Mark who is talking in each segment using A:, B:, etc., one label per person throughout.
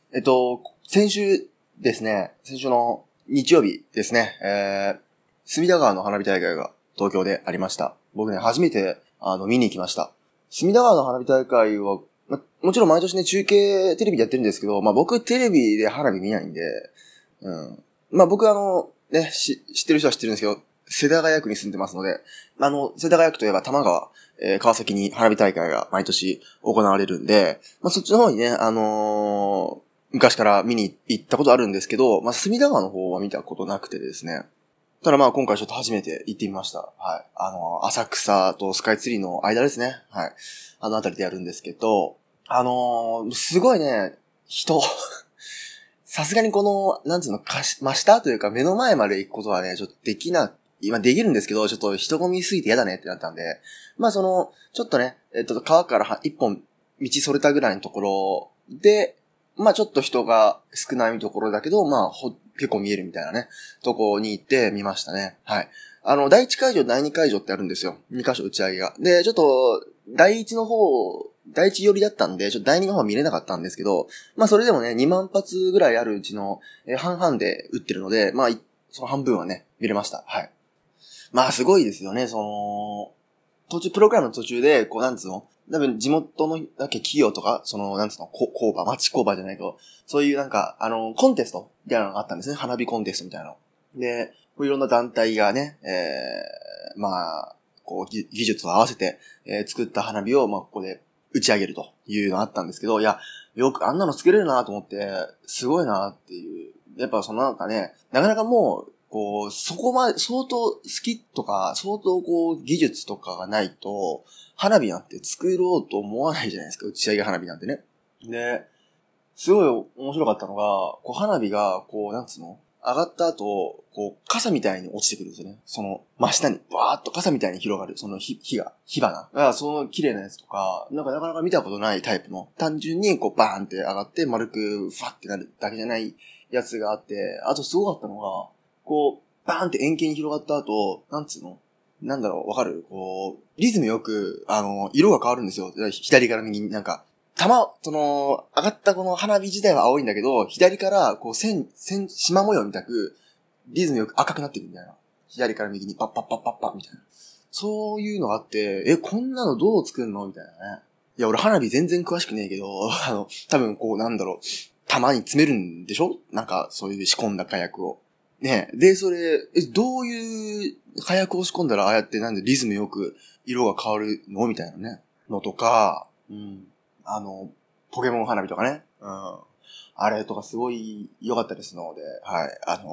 A: 先週ですね、先週の日曜日ですね、隅田川の花火大会が東京でありました。僕ね、初めて、見に行きました。隅田川の花火大会は、もちろん毎年ね、中継テレビでやってるんですけど、僕テレビで花火見ないんで、僕ね、知ってる人は知ってるんですけど、世田谷区に住んでますので、世田谷区といえば多摩川、川崎に花火大会が毎年行われるんで、そっちの方にね、昔から見に行ったことあるんですけど、隅田川の方は見たことなくてですね。ただ今回ちょっと初めて行ってみました。はい。浅草とスカイツリーの間ですね。はい。あの辺りでやるんですけど、すごいね、人、さすがになんつうの、真下というか目の前まで行くことはね、ちょっと今できるんですけど、ちょっと人混みすぎて嫌だねってなったんで、ちょっとね、川から一本道それたぐらいのところで、ちょっと人が少ないところだけど、結構見えるみたいなね、とこに行ってみましたね。はい。第1会場、第2会場ってあるんですよ。2箇所打ち上げが。で、ちょっと、第1寄りだったんで、ちょっと第2の方は見れなかったんですけど、それでもね、2万発ぐらいあるうちの、半々で打ってるので、その半分はね、見れました。はい。すごいですよね、プログラムの途中で、なんつうの多分地元の企業とか、なんつうの町工場じゃないけど、そういうコンテストみたいなのがあったんですね。花火コンテストみたいなの。で、いろんな団体がね、技術を合わせて、作った花火を、ここで打ち上げるというのがあったんですけど、いや、よくあんなの作れるなと思って、すごいなっていう。やっぱね、なかなかもう、そこまで、相当好きとか、相当技術とかがないと、花火なんて作ろうと思わないじゃないですか、打ち上げ花火なんてね。で、すごい面白かったのが、花火が、なんつうの上がった後、傘みたいに落ちてくるんですよね。真下に、バーっと傘みたいに広がる、火花が、綺麗なやつとか、なかなか見たことないタイプの、単純にバーンって上がって、丸く、ファってなるだけじゃないやつがあって、あとすごかったのが、バーンって円形に広がった後、なんつうのわかるリズムよく、色が変わるんですよ。左から右に上がったこの花火自体は青いんだけど、左から、縞模様みたく、リズムよく赤くなっていくみたいな。左から右にパッパッパッパッパッみたいな。そういうのがあって、こんなのどう作るのみたいなね。いや、俺花火全然詳しくねえけど、多分玉に詰めるんでしょそういう仕込んだ火薬を。ねで、それ、どういう火薬を仕込んだらああやってリズムよく色が変わるのみたいなね。のとか、ポケモン花火とかね。あれとかすごい良かったですので、はい。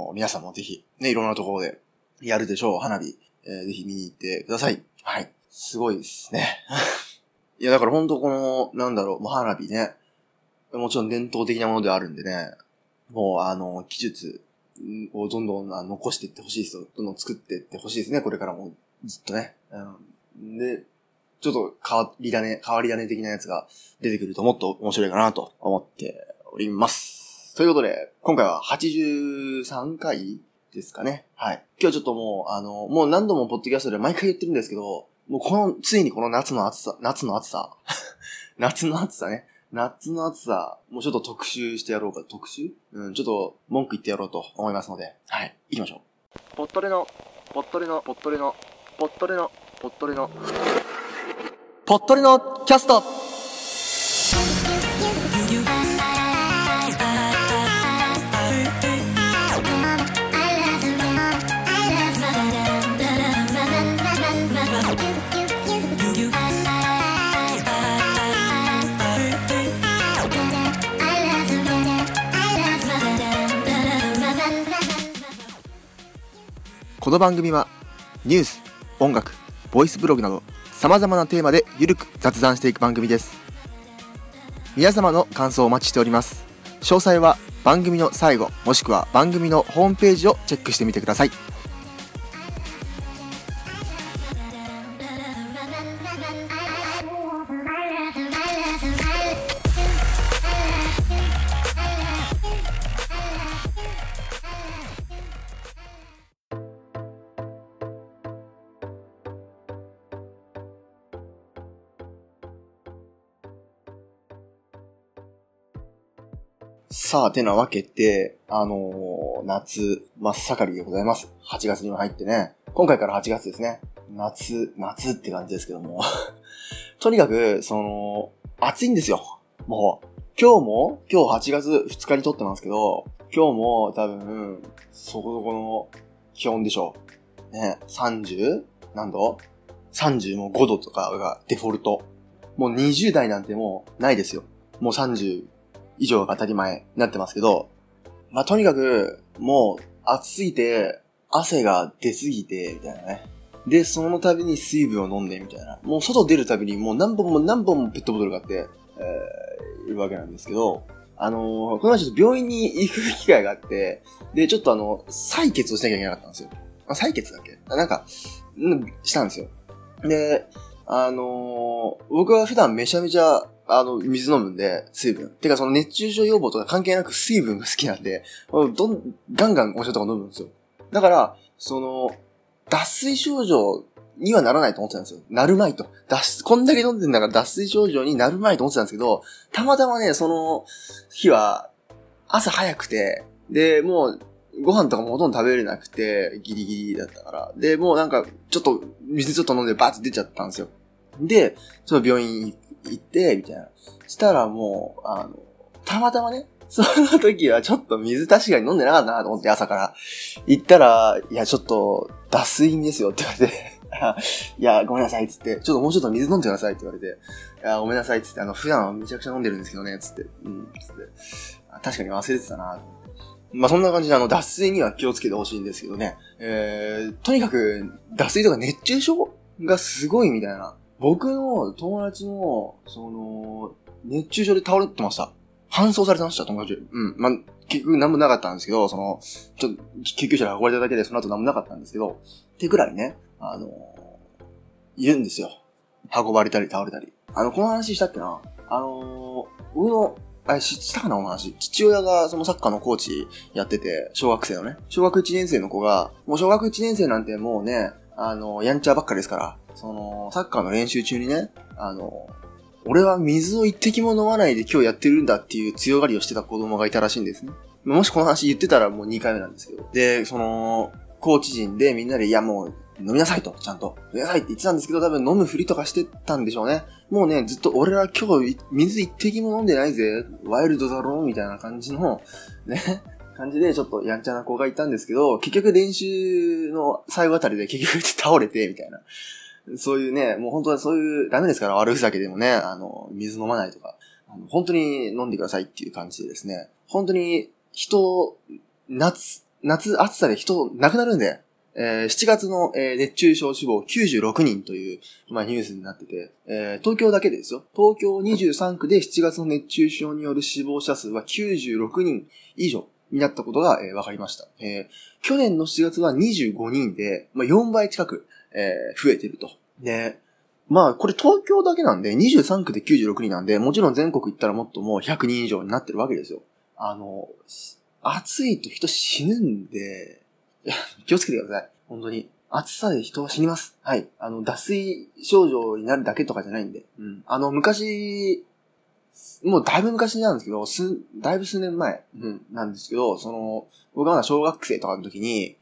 A: 皆さんもぜひ、ね、いろんなところでやるでしょう、花火。ぜひ見に行ってください。はい。すごいですね。いや、だから本当花火ね。もちろん伝統的なものであるんでね。もう、技術をどんどん残していってほしいですよ。どんどん作っていってほしいですね、これからも。ずっとね。で、ちょっと変わり種的なやつが出てくるともっと面白いかなと思っております。ということで、今回は83回ですかね。はい。今日ちょっともう何度もポッドキャストで毎回言ってるんですけど、もうついにこの夏の暑さ夏の暑さね。夏の暑さ、もうちょっと特集してやろうか。特集？ちょっと文句言ってやろうと思いますので、はい。行きましょう。ぽっとりの、ぽっとりの、ぽっとりの、ぽっとりの、ぽっとりの、ぽっとりのキャスト。この番組はニュース、音楽、ボイスブログなど様々なテーマでゆるく雑談していく番組です。皆様の感想をお待ちしております。詳細は番組の最後もしくは番組のホームページをチェックしてみてください。 さあ、てなわけで、夏、真っ盛りでございます。8月にも入ってね。今回から8月ですね。夏って感じですけども。とにかく、暑いんですよ。もう、今日8月2日に撮ってますけど、今日も多分、そこそこの気温でしょう。ね、30? 何度 ?35 度とかがデフォルト。もう20代なんてもうないですよ。もう30以上が当たり前になってますけど、まあ、とにかく、もう暑すぎて、汗が出すぎて、みたいなね。で、その度に水分を飲んで、みたいな。もう外出るたびにもう何本もペットボトルがあって、いるわけなんですけど、この前ちょっと病院に行く機会があって、で、ちょっと採血をしなきゃいけなかったんですよ。採血だっけなんか、したんですよ。で、僕は普段めちゃめちゃ、水飲むんで、水分。てかその熱中症予防とか関係なく水分が好きなんで、ガンガンお茶とか飲むんですよ。だから、脱水症状にはならないと思ってたんですよ。なるまいと。こんだけ飲んでんだから脱水症状になるまいと思ってたんですけど、たまたまね、その日は、朝早くて、で、もう、ご飯とかもほとんど食べれなくて、ギリギリだったから。で、もうなんか、水ちょっと飲んでバーって出ちゃったんですよ。で、ちょっと病院行って、みたいな。したらもう、たまたまね、その時はちょっと水確かに飲んでなかったなと思って朝から。行ったら、いや、ちょっと、脱水ですよって言われて、いや、ごめんなさいっつって、もうちょっと水飲んでくださいって言われて、いや、ごめんなさいっつって、普段はめちゃくちゃ飲んでるんですけどね、つって、つって、確かに忘れてたな。まあ、そんな感じで脱水には気をつけてほしいんですけどね。とにかく、脱水とか熱中症がすごいみたいな。僕の友達も、熱中症で倒れてました。搬送されてました、友達。まあ、結局何もなかったんですけど、救急車で運ばれただけでその後何もなかったんですけど、ってぐらいね、いるんですよ。運ばれたり倒れたり。この話したっけな僕の、したかなお話。父親がそのサッカーのコーチやってて、小学生のね。小学1年生の子が、もう小学1年生なんてもうね、やんちゃばっかりですから、サッカーの練習中にね、俺は水を一滴も飲まないで今日やってるんだっていう強がりをしてた子供がいたらしいんですね。もしこの話言ってたらもう2回目なんですけど。で、コーチ陣でみんなで、いやもう、飲みなさいと、ちゃんと。飲みなさいって言ってたんですけど、多分飲むふりとかしてたんでしょうね。もうね、ずっと俺ら今日水一滴も飲んでないぜ。ワイルドだろみたいな感じの、ね、感じでちょっとやんちゃな子がいたんですけど、結局練習の最後あたりで結局倒れて、みたいな。そういうね、もう本当はそういう、ダメですから、悪ふざけでもね、水飲まないとか、本当に飲んでくださいっていう感じでですね、本当に夏暑さで人亡くなるんで、7月の、熱中症死亡96人という、まあ、ニュースになってて、東京だけでですよ。東京23区で7月の熱中症による死亡者数は96人以上になったことが、分かりました。去年の7月は25人で、まあ、4倍近く、増えてると。で、まあ、これ東京だけなんで、23区で96人なんで、もちろん全国行ったらもっともう100人以上になってるわけですよ。暑いと人死ぬんで、気をつけてください。本当に。暑さで人は死にます。はい。脱水症状になるだけとかじゃないんで。昔、もうだいぶ昔なんですけど、だいぶ数年前、なんですけど、僕がまだ小学生とかの時に、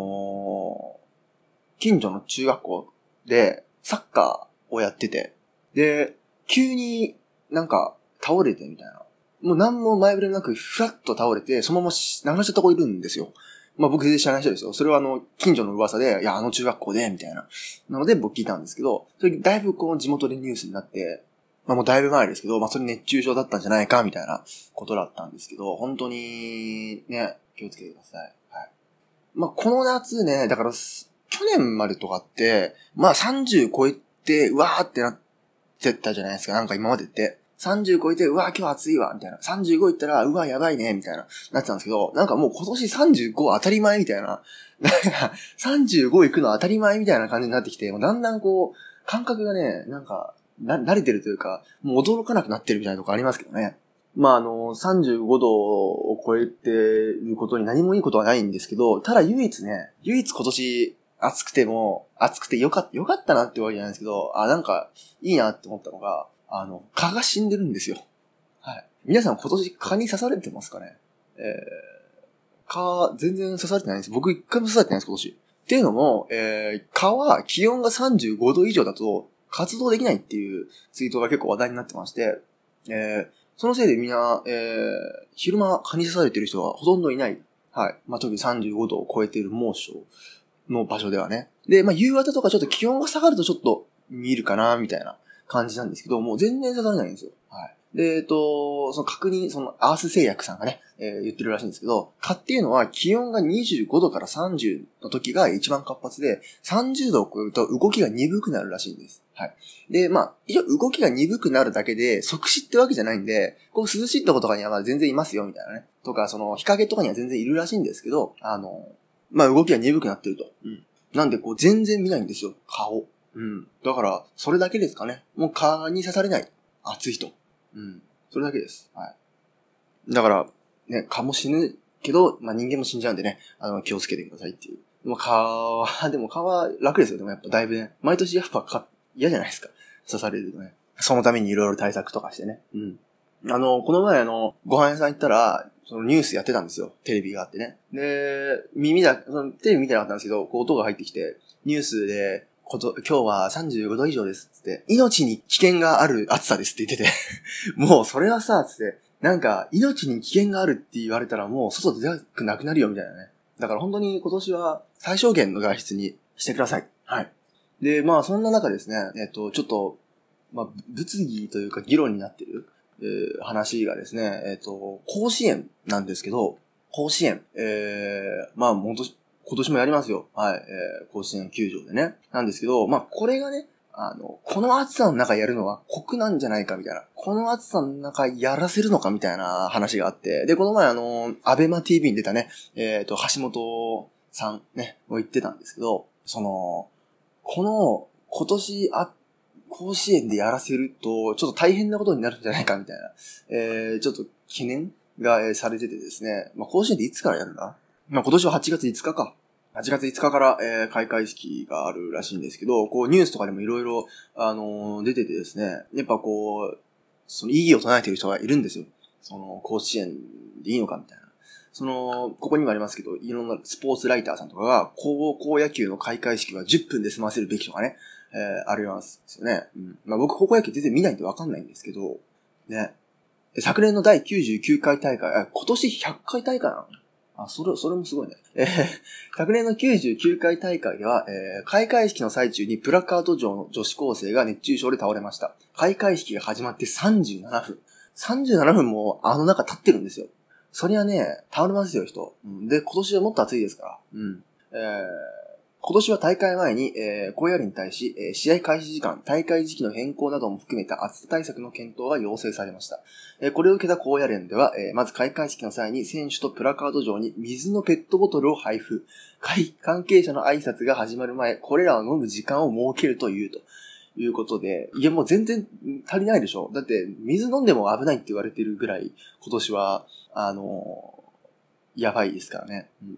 A: 近所の中学校でサッカーをやってて、で、急になんか倒れてみたいな。もう何も前触れなくフラッと倒れて、そのまま亡くなっちゃった子いるんですよ。まあ僕全然知らない人ですよ。それは近所の噂で、いや、中学校で、みたいな。なので僕聞いたんですけど、それだいぶ地元でニュースになって、まあもうだいぶ前ですけど、まあそれ熱中症だったんじゃないか、みたいなことだったんですけど、本当に、ね、気をつけてください。はい。まあこの夏ね、だから、去年までとかって、まあ30超えて、うわーってなってたじゃないですか。なんか今までって。30超えて、うわ、今日暑いわ、みたいな。35いったら、うわ、やばいね、みたいな、なってたんですけど、なんかもう今年35当たり前みたいな、なんか、35行くの当たり前みたいな感じになってきて、もうだんだん感覚がね、なんか、慣れてるというか、もう驚かなくなってるみたいなとこありますけどね。まあ35度を超えてることに何もいいことはないんですけど、ただ唯一今年暑くてよかったなってわけじゃないんですけど、なんか、いいなって思ったのが、蚊が死んでるんですよ。はい。 皆さん今年蚊に刺されてますかね？蚊、全然刺されてないんです。僕一回も刺されてないんです、今年。っていうのも、蚊は気温が35度以上だと活動できないっていうツイートが結構話題になってまして、そのせいでみんな、昼間蚊に刺されてる人はほとんどいない。はい。まあ、特に35度を超えている猛暑の場所ではね。で、まあ、夕方とかちょっと気温が下がるとちょっと見るかな、みたいな感じなんですけど、もう全然刺されないんですよ。はい。で、その確認、そのアース製薬さんがね、言ってるらしいんですけど、蚊っていうのは気温が25度から30の時が一番活発で、30度を超えると動きが鈍くなるらしいんです。はい。で、まあ、一応動きが鈍くなるだけで、即死ってわけじゃないんで、こう涼しいとことかにはまあ全然いますよ、みたいなね。とか、その日陰とかには全然いるらしいんですけど、まあ動きが鈍くなってると。うん。なんでこう全然見ないんですよ、蚊を。うん。だから、それだけですかね。もう蚊に刺されない。暑い人。うん。それだけです。はい。だから、ね、蚊も死ぬけど、まあ人間も死んじゃうんでね、気をつけてくださいっていう。でも蚊は楽ですよ。でもやっぱだいぶね、毎年やっぱ蚊嫌じゃないですか。刺されるとね。そのためにいろいろ対策とかしてね。うん。この前ご飯屋さん行ったら、そのニュースやってたんですよ。テレビがあってね。で、テレビ見てなかったんですけど、こう音が入ってきて、ニュースで、今日は35度以上ですって。命に危険がある暑さですって言ってて。もうそれはさ、つって、なんか命に危険があるって言われたらもう外出たくなくなるよみたいなね。だから本当に今年は最小限の外出にしてください。はい。で、まあそんな中ですね、ちょっと、まあ物議というか議論になってる、話がですね、甲子園なんですけど、甲子園、まあ本当今年もやりますよ。はい。甲子園球場でね。なんですけど、まあこれがね、この暑さの中やるのは酷なんじゃないかみたいな。この暑さの中やらせるのかみたいな話があって。で、この前アベマ TV に出たね、橋本さんね、も言ってたんですけど、今年甲子園でやらせると、ちょっと大変なことになるんじゃないかみたいな、ちょっと懸念が、されててですね。まあ、甲子園っていつからやるんだ？まあ、今年は8月5日か。8月5日から、開会式があるらしいんですけど、こうニュースとかでもいろいろ、出ててですね、やっぱこう、その異議を唱えている人がいるんですよ。その、甲子園でいいのかみたいな。ここにもありますけど、いろんなスポーツライターさんとかが、高校野球の開会式は10分で済ませるべきとかね、ありますよね。うん。まあ僕高校野球全然見ないんでわかんないんですけど、ね。昨年の第99回大会、今年100回大会なの？それもすごいね。昨年の99回大会では、開会式の最中にプラカード上の女子高生が熱中症で倒れました。開会式が始まって37分。37分も中立ってるんですよ。そりゃね、倒れますよ、人。うん、で、今年はもっと暑いですから。うん。今年は大会前に、高野連に対し、試合開始時間、大会時期の変更なども含めた暑さ対策の検討が要請されました。これを受けた高野連では、まず開会式の際に選手とプラカード上に水のペットボトルを配布。関係者の挨拶が始まる前、これらを飲む時間を設けるということで、いやもう全然足りないでしょ。だって水飲んでも危ないって言われてるぐらい、今年は、やばいですからね。うん、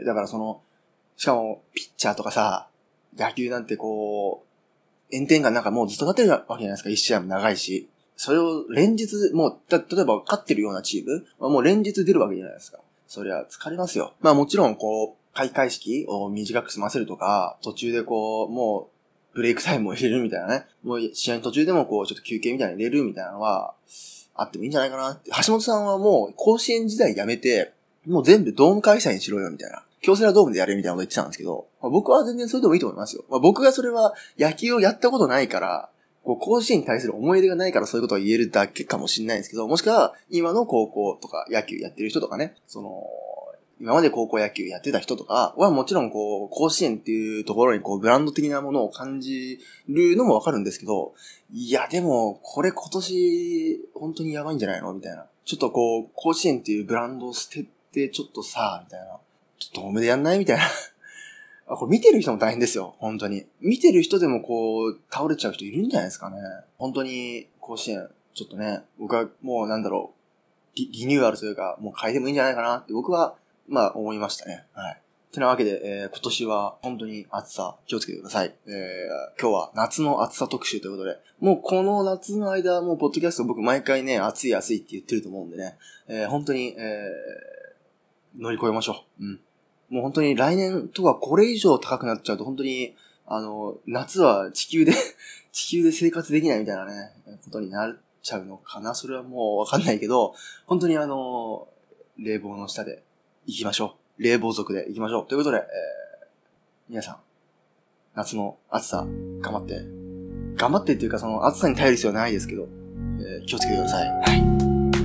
A: だからしかも、ピッチャーとかさ、野球なんてこう、炎天下なんかもうずっとなってるわけじゃないですか。一試合も長いし。それを連日、もう、例えば勝ってるようなチーム、もう連日出るわけじゃないですか。そりゃ疲れますよ。まあもちろんこう、開会式を短く済ませるとか、途中でこう、もう、ブレイクタイムを入れるみたいなね。もう試合の途中でもこう、ちょっと休憩みたいに入れるみたいなのは、あってもいいんじゃないかなって。橋本さんはもう、甲子園時代やめて、もう全部ドーム開催にしろよみたいな。京セラドームでやれみたいなこと言ってたんですけど、僕は全然それでもいいと思いますよ。僕がそれは野球をやったことないから、甲子園に対する思い出がないからそういうことを言えるだけかもしれないんですけど、もしくは今の高校とか野球やってる人とかね、今まで高校野球やってた人とかはもちろん甲子園っていうところにブランド的なものを感じるのもわかるんですけど、いやでもこれ今年本当にやばいんじゃないのみたいな。ちょっと甲子園っていうブランドを捨ててちょっとさ、みたいな。ちょっと多めでやんないみたいな。これ見てる人も大変ですよ。本当に。見てる人でも倒れちゃう人いるんじゃないですかね。本当に甲子園、ちょっとね、僕はもうリニューアルというか、もう変えてもいいんじゃないかなって僕は、まあ思いましたね。はい。ってなわけで、今年は本当に暑さ気をつけてください。今日は夏の暑さ特集ということで、もうこの夏の間、もうポッドキャスト僕毎回ね、暑い暑いって言ってると思うんでね、本当に、乗り越えましょう。もう本当に来年とかこれ以上高くなっちゃうと本当に、夏は地球で生活できないみたいなね、ことになっちゃうのかな。それはもうわかんないけど、本当に冷房の下で行きましょう。冷房族で行きましょう。ということで、皆さん、夏の暑さ、頑張ってっていうか、その暑さに耐える必要はないですけど、気をつけてください。はい。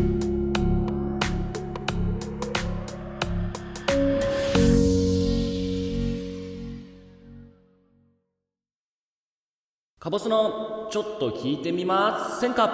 B: カボスのちょっと聞いてみませんか？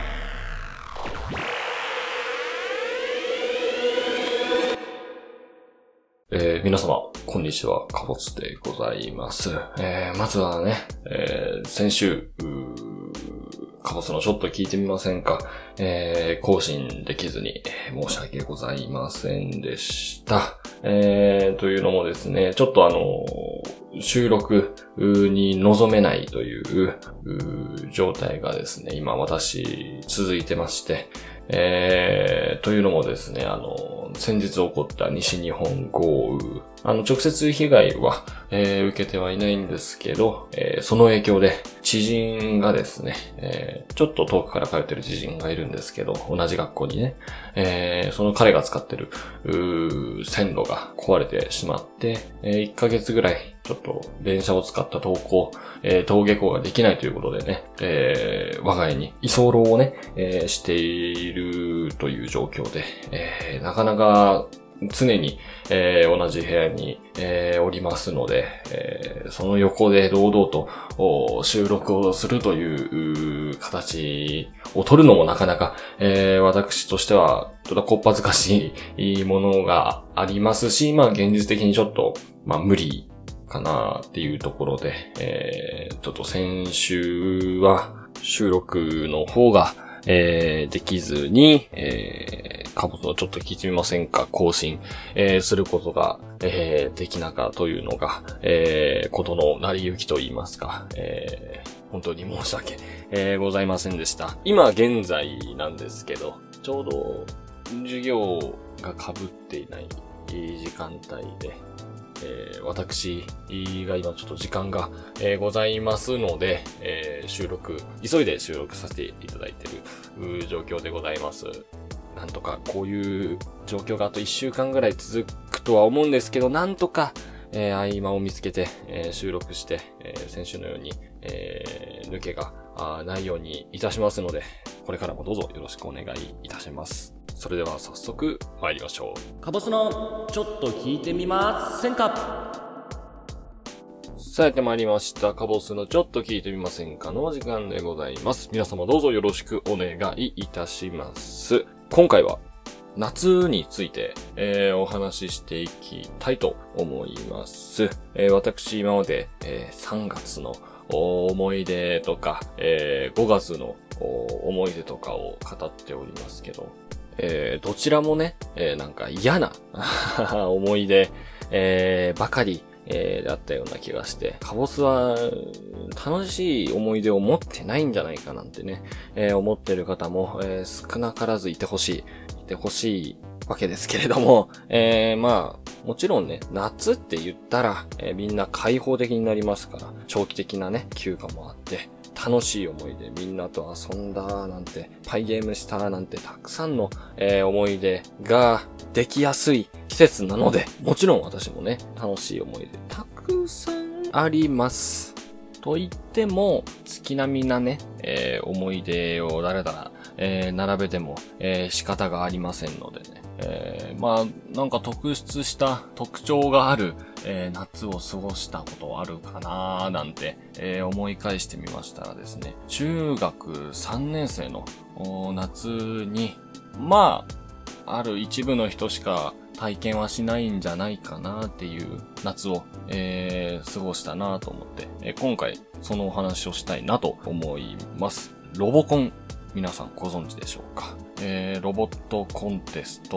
B: 皆様、こんにちは、カボスでございます。まずはね、先週、カボスのちょっと聞いてみませんか？更新できずに、申し訳ございませんでした。というのもですね、ちょっと収録に臨めないという状態がですね、今私続いてまして、というのもですね、先日起こった西日本豪雨、直接被害は、受けてはいないんですけど、その影響で知人がですね、ちょっと遠くから通ってる知人がいるんですけど、同じ学校にね、その彼が使ってる線路が壊れてしまって、1ヶ月ぐらいちょっと電車を使った登下校ができないということでね、我が家に居候をね、しているという状況で、なかなか常に、同じ部屋に、おりますので、その横で堂々と収録をするという形を取るのもなかなか、私としてはこっぱずかしいものがありますし、現実的にちょっと、無理かなっていうところで、ちょっと先週は収録の方が、できずに、カボスをちょっと聞いてみませんか？更新、することが、できなかったというのが、ことの成り行きと言いますか、本当に申し訳、ございませんでした。今現在なんですけど、ちょうど授業が被っていない時間帯で、私が今ちょっと時間が、ございますので、急いで収録させていただいている状況でございます。なんとかこういう状況があと1週間ぐらい続くとは思うんですけど、なんとか、合間を見つけて、収録して、先週のように、抜けがないようにいたしますので、これからもどうぞよろしくお願いいたします。それでは早速参りましょう。カボスのちょっと聞いてみませんか？さあやって参りました。カボスのちょっと聞いてみませんかのお時間でございます。皆様どうぞよろしくお願いいたします。今回は夏について、お話ししていきたいと思います。私今まで、3月の思い出とか、5月の思い出とかを語っておりますけど、どちらもね、なんか嫌な思い出、ばかり、だったような気がして、カボスは楽しい思い出を持ってないんじゃないかなんてね、思ってる方も、少なからずいてほしいわけですけれども、もちろんね、夏って言ったら、みんな開放的になりますから、長期的なね、休暇もあって、楽しい思い出、みんなと遊んだなんて、パイゲームしたなんて、たくさんの、思い出ができやすい季節なので、もちろん私もね、楽しい思い出たくさんあります。と言っても、月並みなね、思い出をだらだら、並べても、仕方がありませんのでね。なんか特出した特徴がある、夏を過ごしたことあるかなーなんて、思い返してみましたらですね、中学3年生の夏に、ある一部の人しか体験はしないんじゃないかなっていう夏を、過ごしたなと思って、今回そのお話をしたいなと思います。ロボコン、皆さんご存知でしょうか？ロボットコンテスト、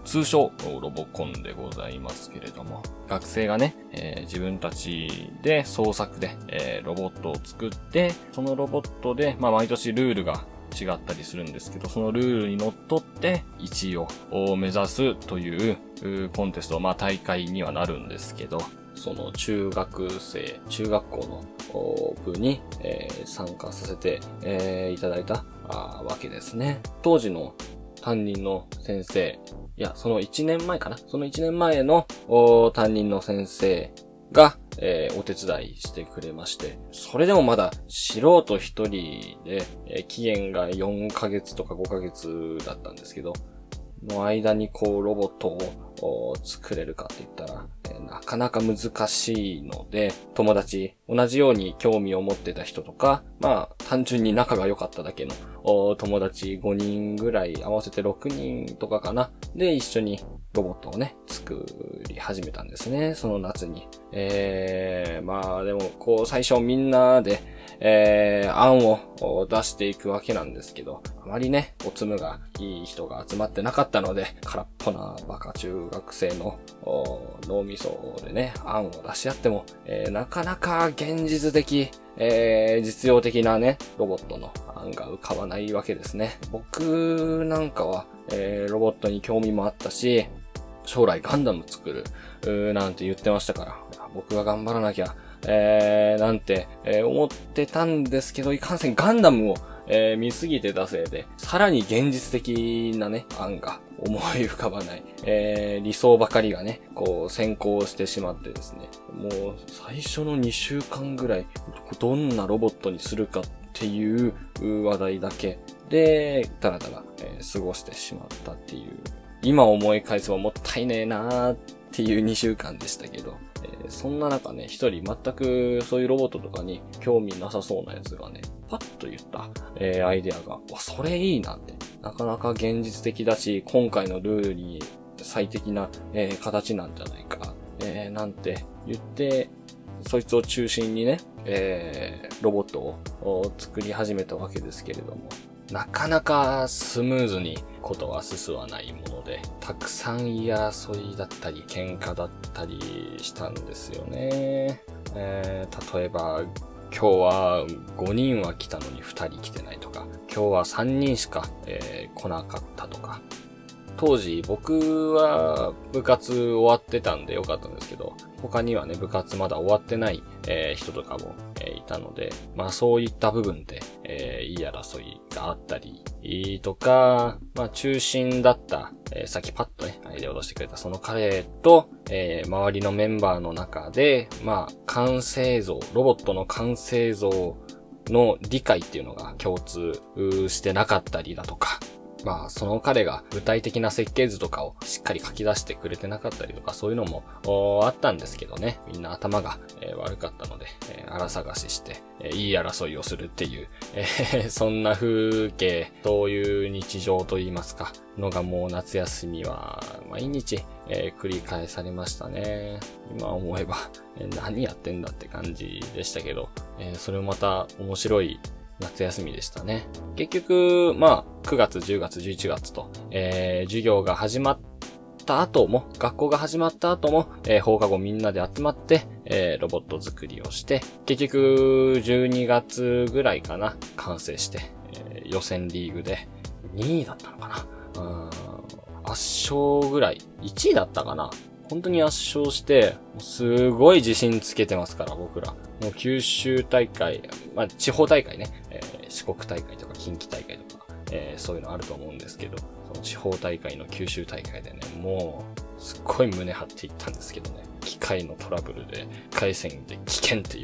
B: 通称ロボコンでございますけれども、学生がね、自分たちで創作で、ロボットを作って、そのロボットで、毎年ルールが違ったりするんですけど、そのルールにのっとって1位を目指すというコンテスト、大会にはなるんですけど、その中学校の部に、参加させて、いただいたわけですね。当時の担任の先生、その1年前かな。その1年前の担任の先生が、お手伝いしてくれまして、それでもまだ素人一人で、期限が4ヶ月とか5ヶ月だったんですけど、の間にロボットを作れるかって言ったら、なかなか難しいので、同じように興味を持ってた人とか、単純に仲が良かっただけの友達5人ぐらい、合わせて6人とかかな。で、一緒にロボットをね、作り始めたんですね、その夏に。でも、最初みんなで、案を出していくわけなんですけど、あまりね、おつむがいい人が集まってなかったので、空っぽなバカ中学生の脳みそでね、案を出し合っても、なかなか現実的、実用的なね、ロボットの案が浮かばないわけですね。僕なんかは、ロボットに興味もあったし、将来ガンダム作る、なんて言ってましたから、僕が頑張らなきゃ、なんて、思ってたんですけど、いかんせんガンダムを、見すぎてたせいで、さらに現実的なね、案が思い浮かばない、理想ばかりがね、先行してしまってですね、もう最初の2週間ぐらい、どんなロボットにするかっていう話題だけで、だらだら、過ごしてしまったっていう、今思い返せばもったいねえなーっていう2週間でしたけど、そんな中ね、一人全くそういうロボットとかに興味なさそうなやつがね、パッと言った、アイデアが、それいいなって、なかなか現実的だし、今回のルールに最適な、形なんじゃないか、なんて言って、そいつを中心にね、ロボットを作り始めたわけですけれども、なかなかスムーズにことは進まないもので、たくさん言い争いだったり、喧嘩だったりしたんですよね。例えば、今日は5人は来たのに2人来てないとか、今日は3人しか、来なかったとか。当時僕は部活終わってたんでよかったんですけど、他にはね、部活まだ終わってない、人とかも、いたので、そういった部分で、言い争いがあったり、とか、中心だった、さっきパッとね、アイデアを出してくれたその彼と、周りのメンバーの中で、完成像、ロボットの完成像の理解っていうのが共通してなかったりだとか、その彼が具体的な設計図とかをしっかり書き出してくれてなかったりとか、そういうのもあったんですけどね。みんな頭が悪かったので、荒探しして、いい争いをするっていう、そんな風景、そういう日常といいますか、のがもう夏休みは毎日、繰り返されましたね。今思えば、何やってんだって感じでしたけど、それもまた面白い夏休みでしたね。結局、9月、10月、11月と、授業が始まった後も、学校が始まった後も、放課後みんなで集まって、ロボット作りをして、結局、12月ぐらいかな、完成して、予選リーグで2位だったのかな。圧勝ぐらい、1位だったかな。本当に圧勝して、すごい自信つけてますから、僕ら。もう九州大会、地方大会ね、四国大会とか近畿大会とか、そういうのあると思うんですけど、その地方大会の九州大会でね、もう、すっごい胸張っていったんですけどね、機械のトラブルで、回戦で危険っていう、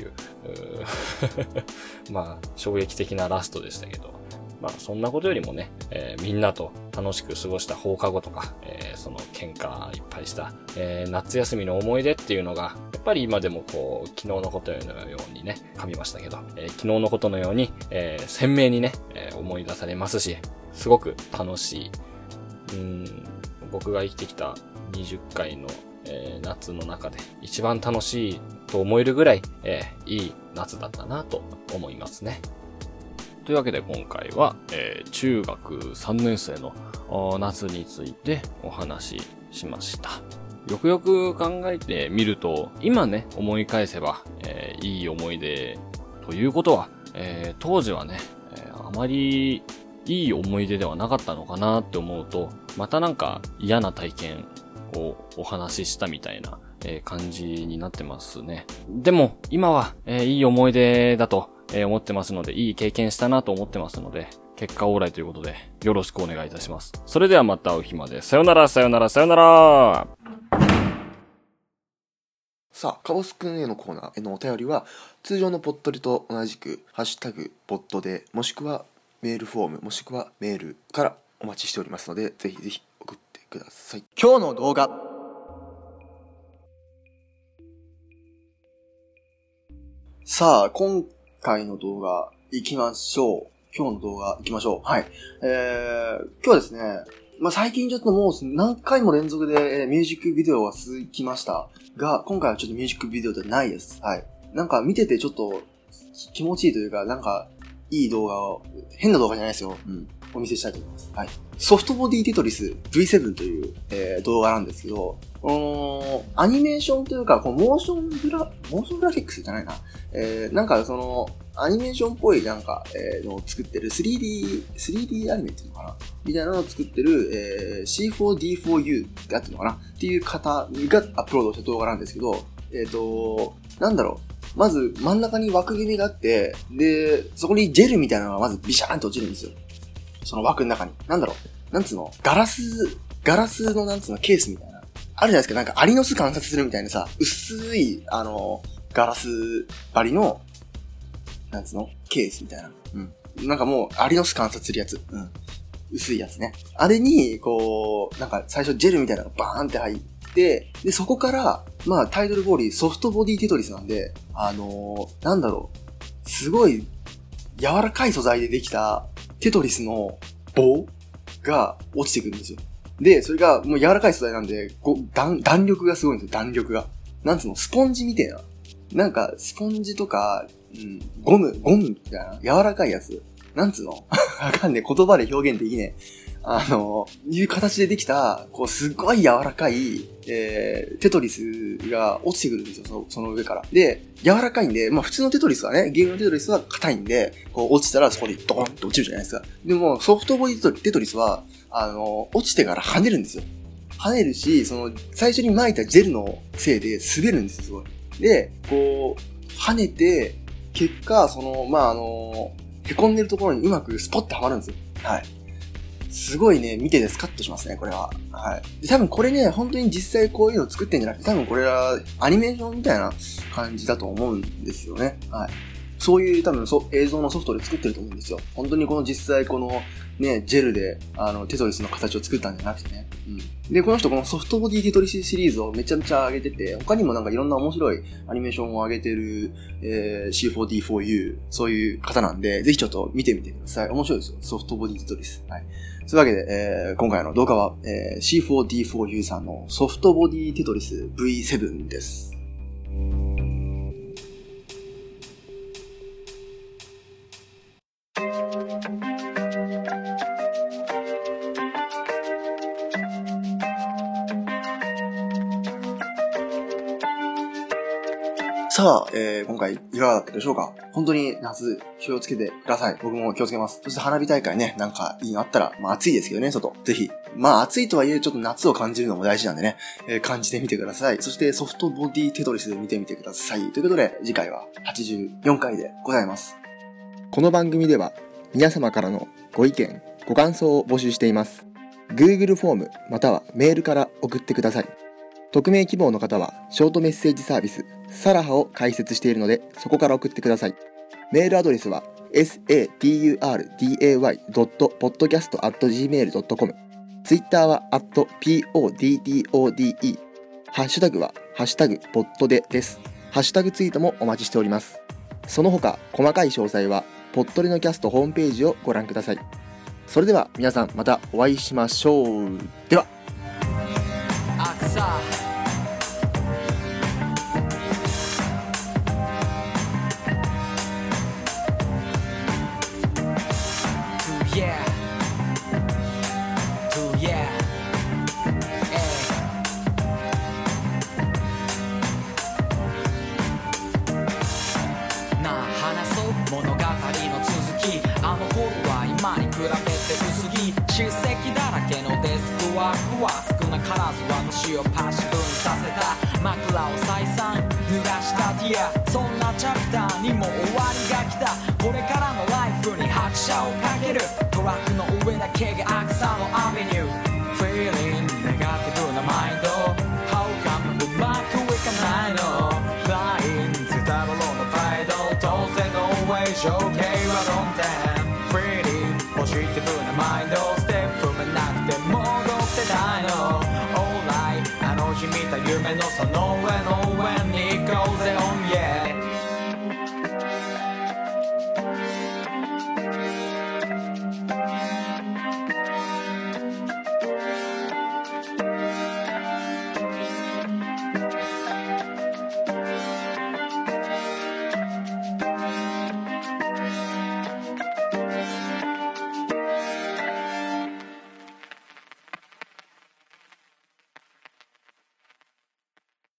B: 衝撃的なラストでしたけど、そんなことよりもね、みんなと楽しく過ごした放課後とか、その喧嘩いっぱいした、夏休みの思い出っていうのが、やっぱり今でも昨日のことのようにね、噛みましたけど、昨日のことのように、鮮明にね、思い出されますし、すごく楽しい。僕が生きてきた20回の、夏の中で一番楽しいと思えるぐらい、いい夏だったなと思いますね。 というわけで今回は、中学3年生の夏についてお話ししました。よくよく考えてみると、今ね、思い返せば、いい思い出ということは、当時はね、あまりいい思い出ではなかったのかなって思うと、またなんか嫌な体験をお話ししたみたいな、感じになってますね。でも今は、いい思い出だと、思ってますので、いい経験したなと思ってますので、結果オーライということでよろしくお願いいたします。それではまた会う日まで。さよならさよならさよなら。
A: さあ、カボスくんへのコーナーへのお便りは、通常のポットリと同じく、ハッシュタグ、ポットで、もしくはメールフォーム、もしくはメールからお待ちしておりますので、ぜひぜひ送ってください。今日の動画。さあ、今回の動画行きましょう。今日の動画行きましょう。はい。今日はですね、最近ちょっともう何回も連続で、ミュージックビデオが続きましたが、今回はちょっとミュージックビデオではないです。はい。なんか見ててちょっと気持ちいいというか、なんかいい動画を、変な動画じゃないですよ。お見せしたいと思います。はい。ソフトボディテトリス V7 という、動画なんですけど、アニメーションというか、モーショングラフィックスじゃないな。なんかその、アニメーションっぽいなんか、のを作ってる 3D アニメっていうのかなみたいなのを作ってる、C4D4U ってやってるのかなっていう方がアップロードした動画なんですけど、なんだろう。まず真ん中に枠組みがあって、で、そこにジェルみたいなのがまずビシャーンと落ちるんですよ。その枠の中に。なんだろう。なんつうのガラスのなんつうのケースみたいな。あるじゃないですか。なんかアリの巣観察するみたいなさ、薄い、ガラス張りの、なんつうのケースみたいな。なんかもう、アリの巣観察するやつ。薄いやつね。あれに、こう、なんか最初ジェルみたいなのがバーンって入って、で、そこから、タイトル通りソフトボディテトリスなんで、なんだろう。すごい、柔らかい素材でできたテトリスの棒が落ちてくるんですよ。で、それがもう柔らかい素材なんで、弾力がすごいんですよ、弾力が。なんつうの、スポンジみたいな。なんか、スポンジとか、ゴムみたいな。柔らかいやつ。なんつうのわかんねえ。言葉で表現できねえ。いう形でできた、こう、すっごい柔らかい、テトリスが落ちてくるんですよ、その上から。で、柔らかいんで、普通のテトリスはね、ゲームのテトリスは硬いんで、こう、落ちたらそこにドーンと落ちるじゃないですか。でも、ソフトボディテトリスは、落ちてから跳ねるんですよ。跳ねるし、最初に巻いたジェルのせいで滑るんですよ、すごい。で、こう、跳ねて、結果、凹んでるところにうまくスポッてはまるんですよ。はい。すごいね、見ててスカッとしますね、これは。はい。で、多分これね、本当に実際こういうのを作ってんじゃなくて、多分これはアニメーションみたいな感じだと思うんですよね。はい。そういう多分映像のソフトで作ってると思うんですよ。本当にこの実際このね、ジェルでテトリスの形を作ったんじゃなくてね。で、この人このソフトボディテトリスシリーズをめちゃめちゃ上げてて、他にもなんかいろんな面白いアニメーションを上げてる、C4D4U、そういう方なんで、ぜひちょっと見てみてください。面白いですよ。ソフトボディテトリス。はい。そういうわけで、今回の動画は、C4D4U さんのソフトボディテトリス V7 です。さあ、今回いかがだったでしょうか。本当に夏気をつけてください。僕も気をつけます。そして花火大会ね、なんかいいのあったら、暑いですけどね、外。ぜひ。暑いとはいえちょっと夏を感じるのも大事なんでね、感じてみてください。そしてソフトボディテトリスで見てみてください。ということで、次回は84回でございます。この番組では皆様からのご意見、ご感想を募集しています。Google フォームまたはメールから送ってください。匿名希望の方はショートメッセージサービスサラハを開設しているのでそこから送ってください。メールアドレスは saturday.podcast@gmail.com、 ツイッターは@poddode、ハッシュタグはハッシュタグポッドでです。ハッシュタグツイートもお待ちしております。その他細かい詳細はポッドレのキャストホームページをご覧ください。それでは皆さんまたお会いしましょう。では。
C: 叱責だらけのデスクワークは少なからず私をパッシブにさせた。枕を再三濡らしたティア、そんなチャプターにも終わりが来た。これからのライフに拍車をかける。トラックの上だけが草のアベニュー。 Feeling ネガティブなマインド How come うまくいかないの。 Flying ズタボロのプライド、当然のway 情景は論点。 Feeling ポジティブなマインド、ステップ踏めなくて戻ってたいの。 Alright あの日見た夢のその上の